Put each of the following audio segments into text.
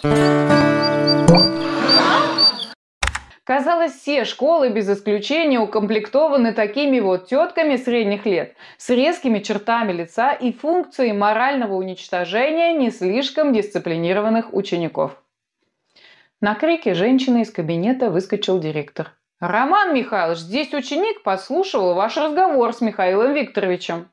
Казалось, все школы без исключения укомплектованы такими вот тетками средних лет, с резкими чертами лица и функцией морального уничтожения не слишком дисциплинированных учеников. На крики женщины из кабинета выскочил директор. «Роман Михайлович, здесь ученик подслушивал ваш разговор с Михаилом Викторовичем».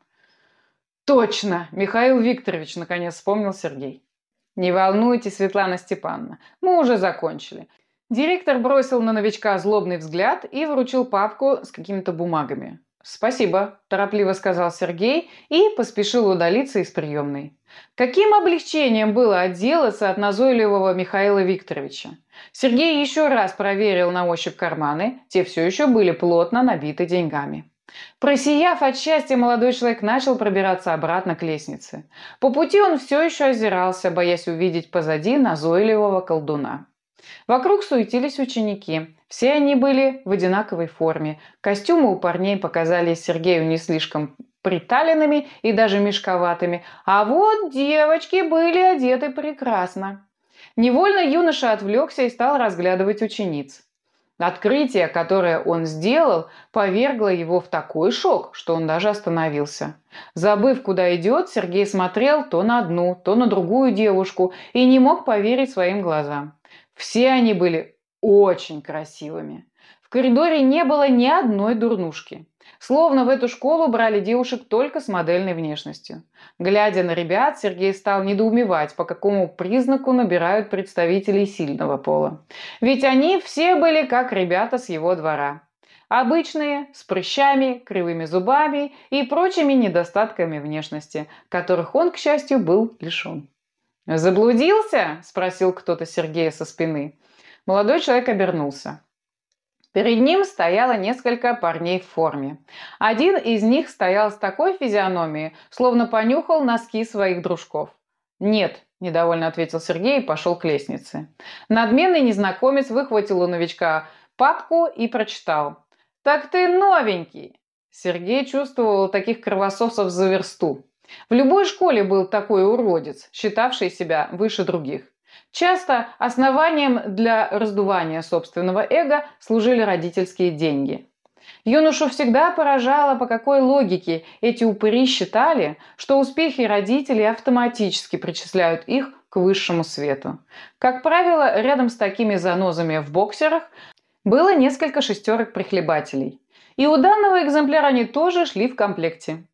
«Точно, Михаил Викторович», наконец вспомнил Сергей. «Не волнуйтесь, Светлана Степановна, мы уже закончили». Директор бросил на новичка злобный взгляд и вручил папку с какими-то бумагами. «Спасибо», – торопливо сказал Сергей и поспешил удалиться из приемной. Каким облегчением было отделаться от назойливого Михаила Викторовича. Сергей еще раз проверил на ощупь карманы, те все еще были плотно набиты деньгами. Просияв от счастья, молодой человек начал пробираться обратно к лестнице. По пути он все еще озирался, боясь увидеть позади назойливого колдуна. Вокруг суетились ученики. Все они были в одинаковой форме. Костюмы у парней показались Сергею не слишком приталенными и даже мешковатыми, а вот девочки были одеты прекрасно. Невольно юноша отвлекся и стал разглядывать учениц. Открытие, которое он сделал, повергло его в такой шок, что он даже остановился. Забыв, куда идет, Сергей смотрел то на одну, то на другую девушку и не мог поверить своим глазам. Все они были очень красивыми. В коридоре не было ни одной дурнушки. Словно в эту школу брали девушек только с модельной внешностью. Глядя на ребят, Сергей стал недоумевать, по какому признаку набирают представителей сильного пола. Ведь они все были как ребята с его двора. Обычные, с прыщами, кривыми зубами и прочими недостатками внешности, которых он, к счастью, был лишен. «Заблудился?» – спросил кто-то Сергея со спины. Молодой человек обернулся. Перед ним стояло несколько парней в форме. Один из них стоял с такой физиономией, словно понюхал носки своих дружков. «Нет», – недовольно ответил Сергей и пошел к лестнице. Надменный незнакомец выхватил у новичка папку и прочитал. «Так ты новенький!» Сергей чувствовал таких кровососов за версту. В любой школе был такой уродец, считавший себя выше других. Часто основанием для раздувания собственного эго служили родительские деньги. Юношу всегда поражало, по какой логике эти упыри считали, что успехи родителей автоматически причисляют их к высшему свету. Как правило, рядом с такими занозами в боксерах было несколько шестерок прихлебателей. И у данного экземпляра они тоже шли в комплекте.